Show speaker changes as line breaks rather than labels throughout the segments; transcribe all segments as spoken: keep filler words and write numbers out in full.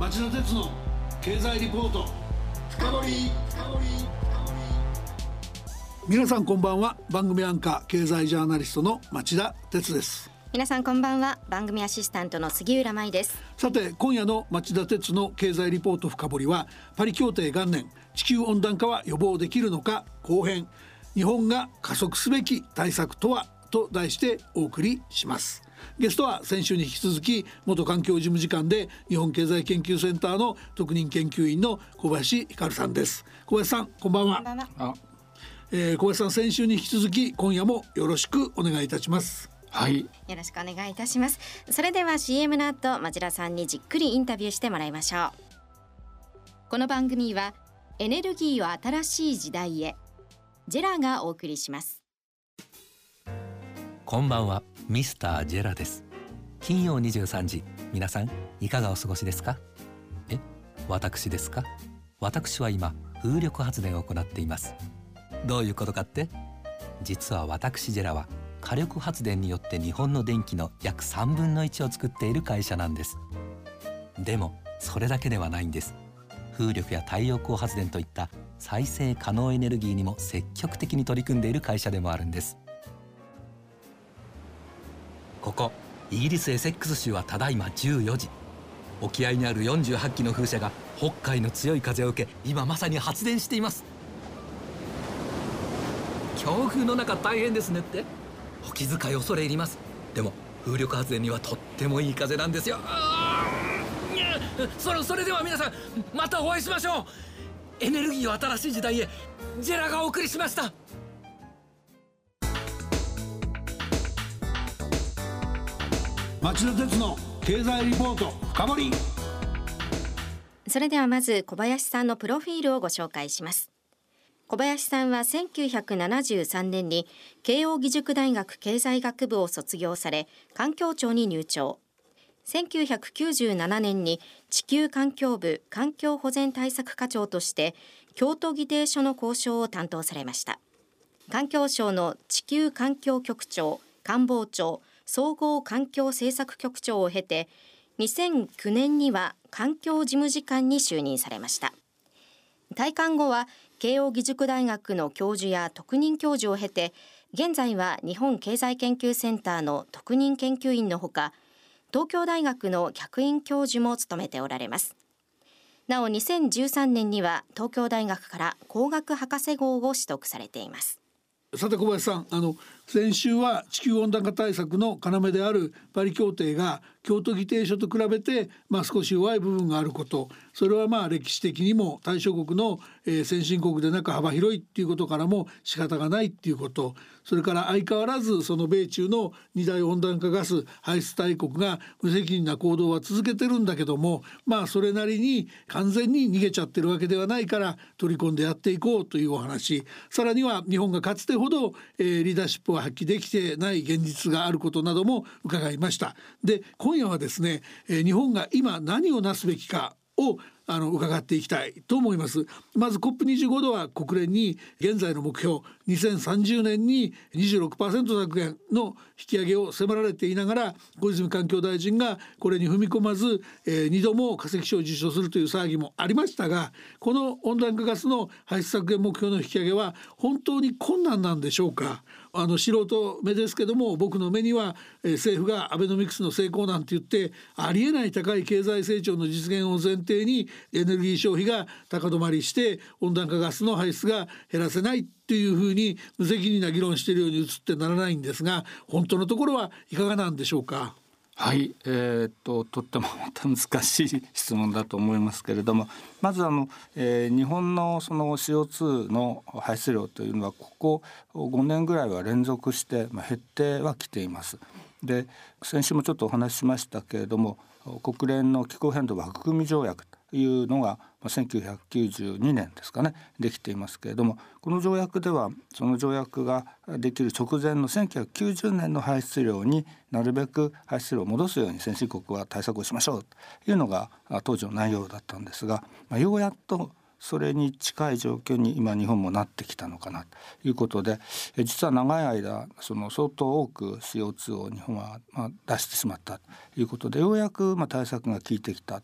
町田鉄の経済リポート深掘り。皆さんこんばんは。番組アンカー経済ジャーナリストの町田鉄です。
皆さんこんばんは。番組アシスタントの杉浦舞です。
さて今夜の町田鉄の経済リポート深掘りは、パリ協定元年地球温暖化は予防できるのか後編、日本が加速すべき対策とはと題してお送りします。ゲストは先週に引き続き元環境事務次官で日本経済研究センターの特任研究員の小林光さんです。小林さんこんばんは。
こんばんは。
あ、えー、小林さん、先週に引き続き今夜もよろしくお願いいたします。
はい、
よろしくお願いいたします。それでは シーエム の後、町田さんにじっくりインタビューしてもらいましょう。この番組はエネルギーを新しい時代へ、ジェラがお送りします。
こんばんは、ミスタージェラです。金曜にじゅうさんじ、皆さんいかがお過ごしですか？え、私ですか？私は今風力発電を行っています。どういうことかって、実は私ジェラは火力発電によって日本の電気の約さんぶんのいちを作っている会社なんです。でもそれだけではないんです。風力や太陽光発電といった再生可能エネルギーにも積極的に取り組んでいる会社でもあるんです。ここイギリスエセックス州はただいまじゅうよじ。沖合にあるよんじゅうはっきの風車が北海の強い風を受け、今まさに発電しています。強風の中大変ですねって、お気遣い恐れ入ります。でも風力発電にはとってもいい風なんですよ。それ、それでは皆さんまたお会いしましょう。エネルギーを新しい時代へ、ジェラがお送りしました。
町田鉄の経済リポート深掘り。
それではまず小林さんのプロフィールをご紹介します。小林さんはせんきゅうひゃくななじゅうさんねんに慶應義塾大学経済学部を卒業され、環境庁に入庁。せんきゅうひゃくきゅうじゅうななねんに地球環境部環境保全対策課長として京都議定書の交渉を担当されました。環境省の地球環境局長、官房長、総合環境政策局長を経て、にせんきゅうねんには環境事務次官に就任されました。退官後は慶應義塾大学の教授や特任教授を経て、現在は日本経済研究センターの特任研究員のほか、東京大学の客員教授も務めておられます。なおにせんじゅうさんねんには東京大学から工学博士号を取得されています。
さて小林さん、あの先週は地球温暖化対策の要であるパリ協定が京都議定書と比べて、まあ、少し弱い部分があること、それはまあ歴史的にも対象国の、えー、先進国でなく幅広いっていうことからも仕方がないっていうこと、それから相変わらずその米中の二大温暖化ガス排出大国が無責任な行動は続けてるんだけども、まあそれなりに完全に逃げちゃってるわけではないから取り込んでやっていこうというお話、さらには日本がかつてほど、えー、リーダーシップを発揮できてない現実があることなども伺いました。で今夜はですね、えー、日本が今何をなすべきかをあの伺っていきたいと思います。まず コップにじゅうご 度は国連に現在の目標にせんさんじゅうねんに にじゅうろくパーセント 削減の引き上げを迫られていながら、小泉環境大臣がこれに踏み込まず、えー、にども化石賞を受賞するという騒ぎもありましたが、この温暖化ガスの排出削減目標の引き上げは本当に困難なんでしょうか。あの素人目ですけども、僕の目には、えー、政府がアベノミクスの成功なんて言ってありえない高い経済成長の実現を前提にエネルギー消費が高止まりして温暖化ガスの排出が減らせないっていうふうに無責任な議論しているように映ってならないんですが、本当のところはいかがなんでしょうか。
はい、えー、っととってもまた難しい質問だと思いますけれども、まずあの、えー、日本のその シーオーツー の排出量というのはここごねんぐらいは連続して、まあ、減ってはきています。で先週もちょっとお話ししましたけれども、国連の気候変動枠組み条約というのがせんきゅうひゃくきゅうじゅうにねんですかね、できていますけれども、この条約ではその条約ができる直前のせんきゅうひゃくきゅうじゅうねんの排出量になるべく排出量を戻すように先進国は対策をしましょうというのが当時の内容だったんですが、まあ、ようやっとそれに近い状況に今日本もなってきたのかなということで、実は長い間その相当多く シーオーツー を日本はまあ出してしまったということで、ようやくまあ対策が効いてきた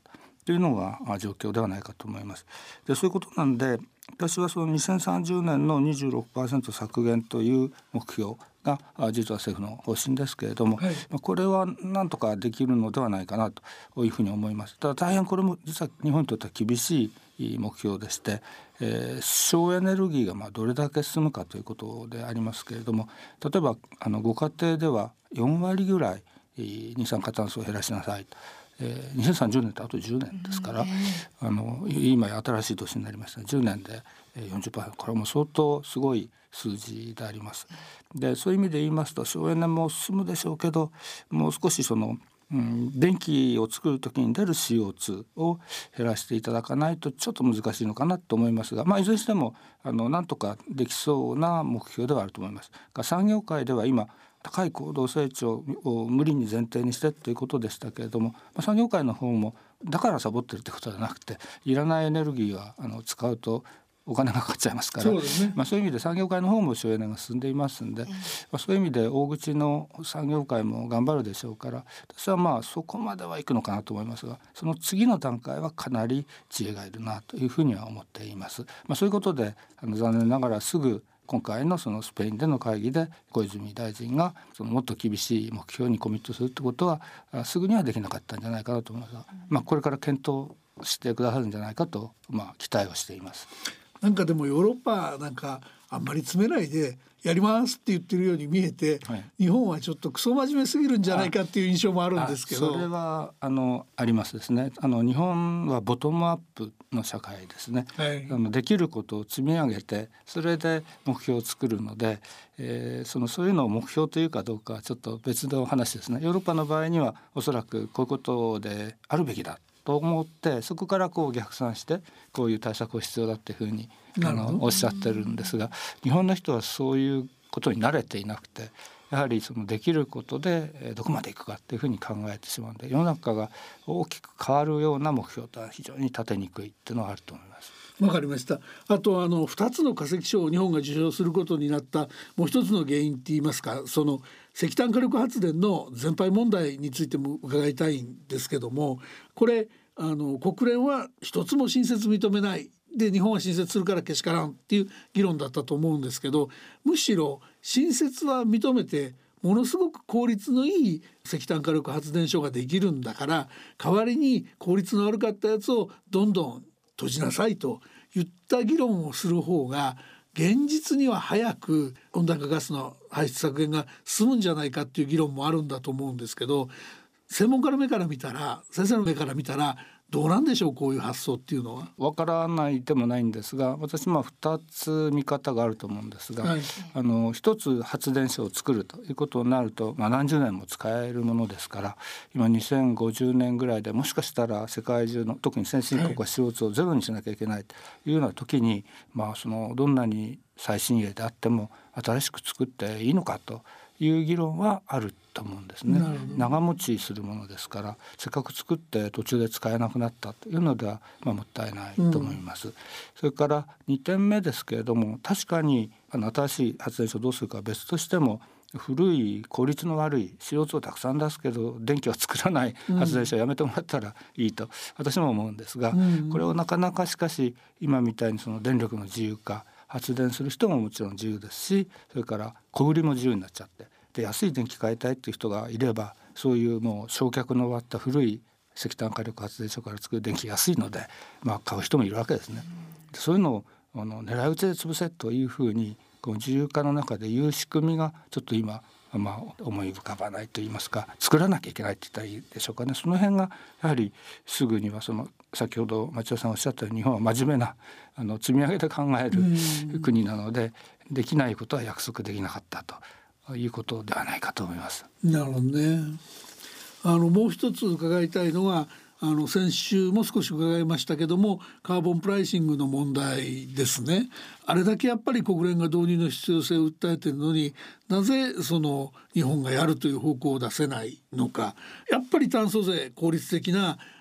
というのが状況ではないかと思います。でそういうことなんで、私はそのにせんさんじゅうねんの にじゅうろくパーセント 削減という目標が実は政府の方針ですけれども、はい、これはなんとかできるのではないかなというふうに思います。ただ大変これも実は日本にとっては厳しい目標でして、えー、省エネルギーがまあどれだけ進むかということでありますけれども、例えばあのご家庭ではよんわりぐらい二酸化炭素を減らしなさいと。えー、にせんさんじゅうねんってあとじゅうねんですから、うん、あの今新しい年になりましたじゅうねんで よんじゅっパーセント、 これも相当すごい数字であります。でそういう意味で言いますと省エネも進むでしょうけど、もう少しその、うん、電気を作る時に出る シーオーツー を減らしていただかないとちょっと難しいのかなと思いますが、まあ、いずれにしてもあのなんとかできそうな目標ではあると思います。産業界では今高い高度成長を無理に前提にしてということでしたけれども、産業界の方もだからサボってるってことではなくて、いらないエネルギーはあの使うとお金がかかっちゃいますから、そうですね。まあ、そういう意味で産業界の方も省エネが進んでいますんで、まあ、そういう意味で大口の産業界も頑張るでしょうから、私はまあそこまではいくのかなと思いますが、その次の段階はかなり知恵がいるなというふうには思っています。まあ、そういうことであの残念ながらすぐ今回のそのスペインでの会議で小泉大臣がそのもっと厳しい目標にコミットするってことはすぐにはできなかったんじゃないかなと思いますが、まあ、これから検討してくださるんじゃないかと、まあ、期待をしています。
なんかでもヨーロッパなんかあんまり詰めないでやりますって言ってるように見えて、はい、日本はちょっとクソ真面目すぎるんじゃないかっていう印象もあるんですけど、
それはあのありますですね。あの日本はボトムアップの社会ですね、はい、あのできることを積み上げてそれで目標を作るので、えー、そのそういうのを目標というかどうかはちょっと別の話ですね。ヨーロッパの場合にはおそらくこういうことであるべきだと思って、そこからこう逆算してこういう対策を必要だっていうふうにあのおっしゃってるんですが、日本の人はそういうことに慣れていなくて、やはりそのできることでどこまでいくかっていうふうに考えてしまうので、世の中が大きく変わるような目標とは非常に立てにくいっていうのはあると思います。
わかりました。あとあのふたつの化石賞を日本が受賞することになったもう一つの原因って言いますか、その石炭火力発電の全廃問題についても伺いたいんですけども、これあの国連は一つも新設認めないで、日本は新設するからけしからんっていう議論だったと思うんですけど、むしろ新設は認めてものすごく効率のいい石炭火力発電所ができるんだから、代わりに効率の悪かったやつをどんどん閉じなさいといった議論をする方が現実には早く温暖化ガスの排出削減が進むんじゃないかっていう議論もあるんだと思うんですけど、専門家の目から見たら、先生の目から見たらどうなんでしょう、こういう発想っていうのは。
わからないでもないんですが、私もふたつ見方があると思うんですが、はい、あの一つ発電所を作るということになると、まあ、何十年も使えるものですから、今にせんごじゅうねんぐらいでもしかしたら世界中の特に先進国は シーオーツー をゼロにしなきゃいけないというような時に、まあ、そのどんなに最新鋭であっても新しく作っていいのかという議論はあると思うんですね。長持ちするものですから、せっかく作って途中で使えなくなったというのでは、まあ、もったいないと思います、うん、それからにてんめですけれども、確かにあの新しい発電所をどうするかは別としても、古い効率の悪い シーオーツー をたくさん出すけど電気は作らない発電所をやめてもらったらいいと私も思うんですが、うん、これをなかなかしかし今みたいにその電力の自由化、発電する人ももちろん自由ですし、それから小売りも自由になっちゃって、で安い電気買いたいっていう人がいれば、そういうもう焼却の終わった古い石炭火力発電所から作る電気安いので、まあ、買う人もいるわけですね。でそういうのをあの狙い撃ちで潰せというふうにこの自由化の中でいう仕組みがちょっと今、まあ、思い浮かばないといいますか、作らなきゃいけないって言ったらいいでしょうかね。その辺がやはりすぐにはその先ほど町田さんおっしゃったように、日本は真面目なあの積み上げて考える国なので、できないことは約束できなかったということではないかと思います。
なるほどね。あのもう一つ伺いたいのは、あの先週も少し伺いましたけども、カーボンプライシングの問題ですね。あれだけやっぱり国連が導入の必要性を訴えているのに、なぜその日本がやるという方向を出せないのか。やっぱり炭素税、効率的な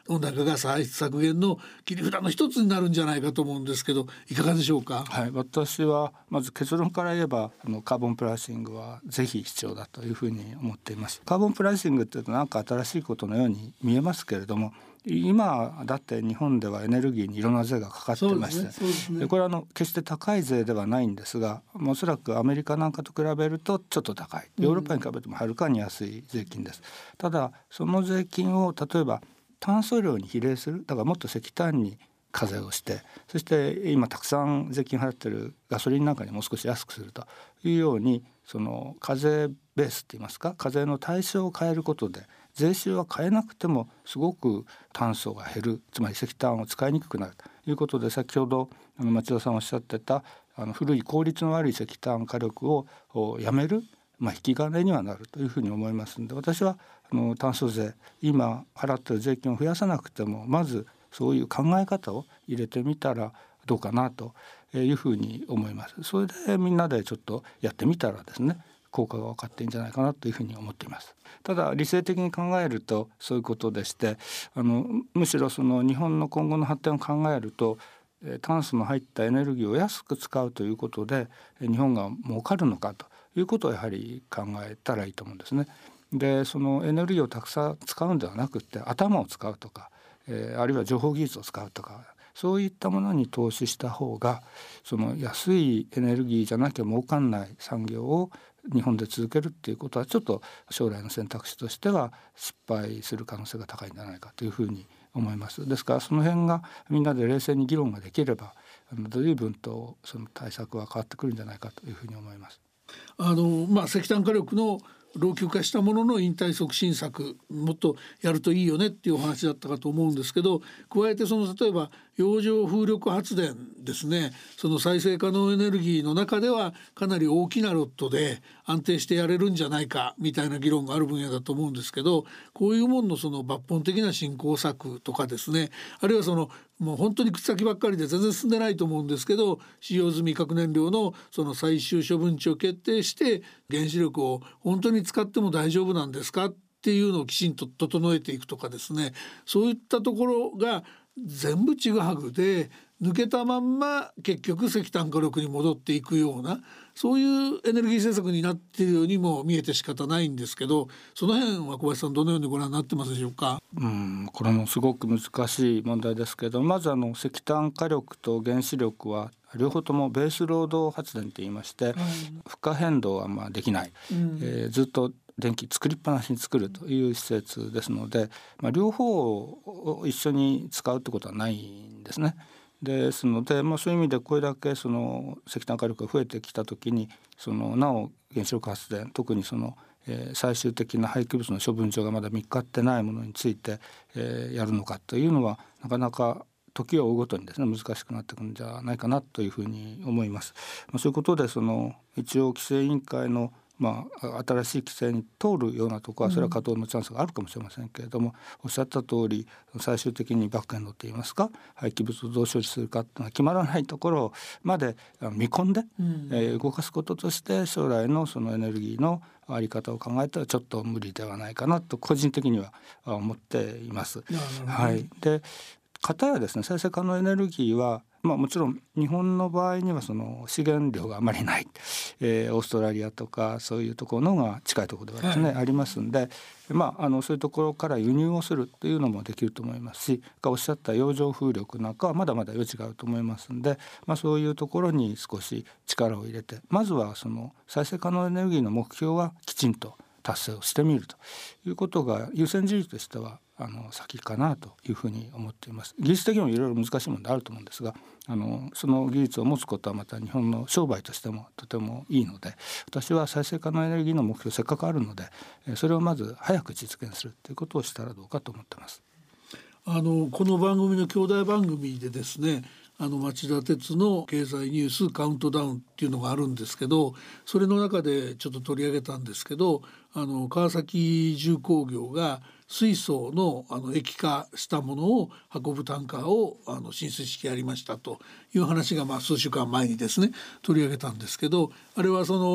温暖化ガス排出削減の切り札の一つになるんじゃないかと思うんですけど、いかがでしょうか。
はい、私はまず結論から言えばあのカーボンプライシングはぜひ必要だというふうに思っています。カーボンプライシングっていうとなんか新しいことのように見えますけれども、今だって日本ではエネルギーにいろんな税がかかってまして、
そうですね、
でこれはあの決して高い税ではないんですが、おそらくアメリカなんかと比べるとちょっと高い、ヨーロッパに比べてもはるかに安い税金です。ただその税金を例えば炭素量に比例する、だからもっと石炭に課税をして、そして今たくさん税金払ってるガソリンなんかにもう少し安くするというように、その課税ベースって言いますか、課税の対象を変えることで税収は変えなくてもすごく炭素が減る、つまり石炭を使いにくくなるということで、先ほどあの町田さんおっしゃってたあの古い効率の悪い石炭火力をやめる、まあ、引き金にはなるというふうに思いますので、私はあの炭素税今払っている税金を増やさなくてもまずそういう考え方を入れてみたらどうかなというふうに思います。それでみんなでちょっとやってみたらですね、効果が分かっていいんじゃないかなというふうに思っています。ただ理性的に考えるとそういうことでして、あのむしろその日本の今後の発展を考えると、炭素の入ったエネルギーを安く使うということで日本が儲かるのかということをやはり考えたらいいと思うんですね。でそのエネルギーをたくさん使うんではなくて頭を使うとか、えー、あるいは情報技術を使うとか、そういったものに投資した方がその安いエネルギーじゃなきゃ儲かんない産業を日本で続けるっていうことはちょっと将来の選択肢としては失敗する可能性が高いんじゃないかというふうに思います。ですからその辺がみんなで冷静に議論ができれば随分とその対策は変わってくるんじゃないかというふうに思います。
あの、まあ、石炭火力の老朽化したものの引退促進策もっとやるといいよねっていうお話だったかと思うんですけど、加えてその例えば洋上風力発電ですね、その再生可能エネルギーの中ではかなり大きなロットで安定してやれるんじゃないかみたいな議論がある分野だと思うんですけど、こういうもののその抜本的な振興策とかですね、あるいはそのもう本当に口先ばっかりで全然進んでないと思うんですけど、使用済み核燃料のその最終処分地を決定して原子力を本当に使っても大丈夫なんですかっていうのをきちんと整えていくとかですね、そういったところが全部ちぐはぐで抜けたまんま結局石炭火力に戻っていくような、そういうエネルギー政策になっているようにも見えて仕方ないんですけど、その辺は小林さんどのようにご覧になってますでしょうか。
うんこれもすごく難しい問題ですけど、まずあの石炭火力と原子力は両方ともベースロード発電と言いまして、うん、負荷変動はまあできない、うんえー、ずっと電気作りっぱなしに作るという施設ですので、まあ、両方を一緒に使うってことはないんですね。ですので、まあ、そういう意味でこれだけその石炭火力が増えてきたときに、そのなお原子力発電、特にその、えー、最終的な廃棄物の処分場がまだ見つかってないものについて、えー、やるのかというのはなかなか時を追うごとにですね難しくなってくるんじゃないかなというふうに思います。まあ、そういうことでその一応規制委員会のまあ、新しい規制に通るようなところはそれは稼働のチャンスがあるかもしれませんけれども、うん、おっしゃった通り最終的にバックエンドといいますか廃棄物をどう処理するかというのは決まらないところまで見込んで、うんえー、動かすこととして将来のそのエネルギーのあり方を考えたらちょっと無理ではないかなと個人的には思っています。はい、で片やですね再生可能エネルギーはまあ、もちろん日本の場合にはその資源量があまりない、えー、オーストラリアとかそういうところのが近いところではですね、はい、ありますんで、まあ、あのそういうところから輸入をするというのもできると思いますし、おっしゃった洋上風力なんかはまだまだ余地があると思いますんで、まあ、そういうところに少し力を入れてまずはその再生可能エネルギーの目標はきちんと達成をしてみるということが優先順位としてはあの先かなというふうに思っています。技術的にもいろいろ難しい問題あると思うんですが、あのその技術を持つことはまた日本の商売としてもとてもいいので、私は再生可能エネルギーの目標せっかくあるのでそれをまず早く実現するということをしたらどうかと思っています。
あのこの番組の兄弟番組でですね、あの町田鉄の経済ニュースカウントダウンっていうのがあるんですけど、それの中でちょっと取り上げたんですけど、あの川崎重工業が水素 の, あの液化したものを運ぶタンカーをあの進水式やりましたという話がまあ数週間前にですね取り上げたんですけど、あれはその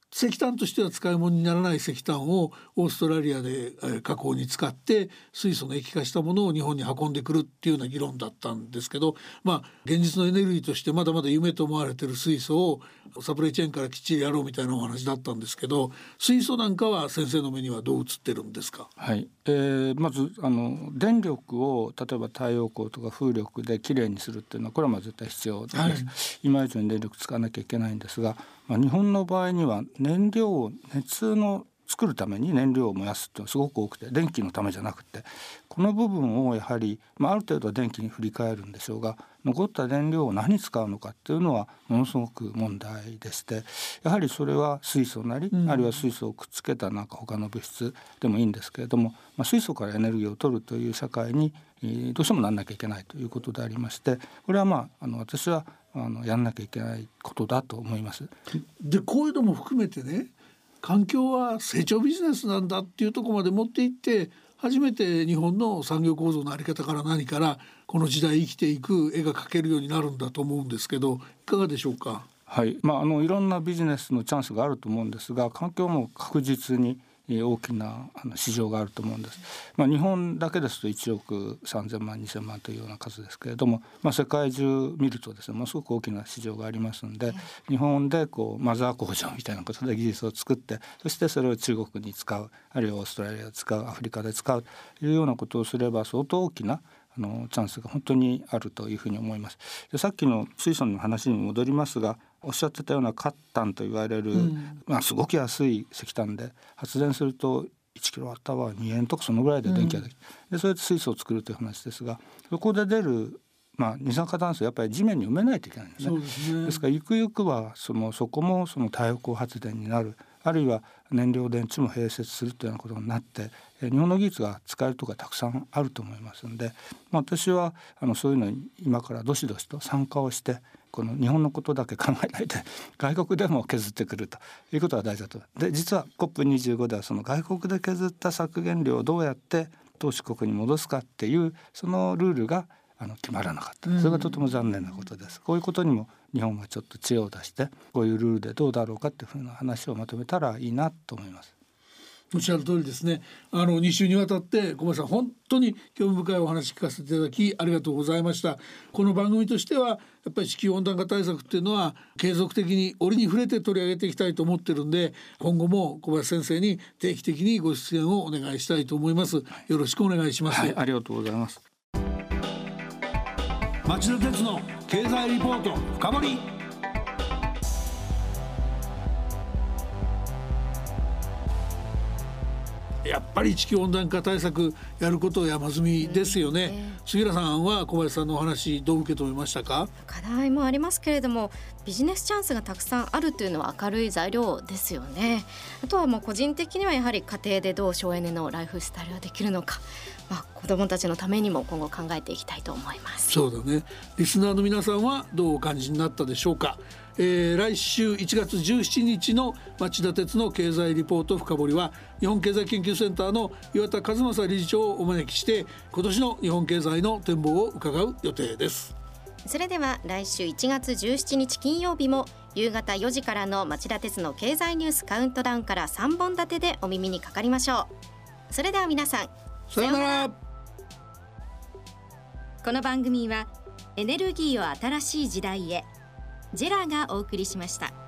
石炭としては使い物にならない石炭をオーストラリアで加工に使って水素の液化したものを日本に運んでくるっていうような議論だったんですけど、まあ現実のエネルギーとしてまだまだ夢と思われている水素をサプライチェーンからきっちりやろうみたいなお話だったんですけど、水素なんかは先生の目にはどう映ってるんですか？
はい、えー、まずあの電力を例えば太陽光とか風力できれいにするっていうのはこれはまあ絶対必要です、はい、今以上に電力使わなきゃいけないんですが、まあ、日本の場合には燃料を熱の作るために燃料を燃やすっていうのはすごく多くて、電気のためじゃなくて、この部分をやはり、まあ、ある程度は電気に振り替えるんでしょうが、残った燃料を何に使うのかっていうのはものすごく問題でして、やはりそれは水素なり、うん、あるいは水素をくっつけたなんか他の物質でもいいんですけれども、まあ、水素からエネルギーを取るという社会にどうしてもなんなきゃいけないということでありまして、これはまあ、あの私はあのやんなきゃいけないことだと思います。
でこういうのも含めてね、環境は成長ビジネスなんだっていうところまで持っていって、初めて日本の産業構造のあり方から何からこの時代生きていく絵が描けるようになるんだと思うんですけど、いかがでしょうか？
はい、まあ、あのいろんなビジネスのチャンスがあると思うんですが、環境も確実に大きなあの市場があると思うんです。まあ、日本だけですといちおくさんぜんまんにせんまんというような数ですけれども、まあ、世界中見るとですね、ものすごく大きな市場がありますので、日本でこうマザー工場みたいなことで技術を作って、そしてそれを中国に使う、あるいはオーストラリアで使う、アフリカで使うというようなことをすれば相当大きなあのチャンスが本当にあるというふうに思います。でさっきの水素の話に戻りますが、おっしゃってたような褐炭と言われる、うん、まあ、すごく安い石炭で発電するといちキロワットアワーにえんとかそのぐらいで電気ができる、うん、でそれで水素を作るという話ですが、そこで出る、まあ、二酸化炭素をやっぱり地面に埋めないといけないんですね。そうですね。ですからゆくゆくはそのそこもその太陽光発電になる、あるいは燃料電池も併設するというようなことになって、日本の技術が使えるところがたくさんあると思いますので、まあ、私はあのそういうのに今からどしどしと参加をして、この日本のことだけ考えないで外国でも削ってくるということが大事だと。で実は コップにじゅうご ではその外国で削った削減量をどうやって投資国に戻すかっていうそのルールがあの決まらなかった。それがとても残念なことです。こういうことにも日本がちょっと知恵を出して、こういうルールでどうだろうかっていうふうな話をまとめたらいいなと思います。
おっしゃる通りですね。あのに週にわたって小林さん本当に興味深いお話聞かせていただきありがとうございました。この番組としてはやっぱり地球温暖化対策っていうのは継続的に折に触れて取り上げていきたいと思ってるんで、今後も小林先生に定期的にご出演をお願いしたいと思います。よろしくお願いします。
はい、ありがとうございます。
町田鉄の経済リポート深掘り。やっぱり地球温暖化対策やること山積みですよね、えー、杉浦さんは小林さんのお話どう受け止めましたか？
課題もありますけれども、ビジネスチャンスがたくさんあるというのは明るい材料ですよね。あとはもう個人的にはやはり家庭でどう省エネのライフスタイルができるのか、まあ、子どもたちのためにも今後考えていきたいと思います。
そうだね。リスナーの皆さんはどうお感じになったでしょうか？えー、来週いちがつじゅうしちにちの町田鉄の経済リポート深掘りは、日本経済研究センターの岩田和正理事長をお招きして今年の日本経済の展望を伺う予定です。
それでは来週いちがつじゅうしちにち金曜日も夕方よじからの町田鉄の経済ニュースカウントダウンからさんぼん立てでお耳にかかりましょう。それでは皆さん
さようなら。
この番組はエネルギーを新しい時代へジェラがお送りしました。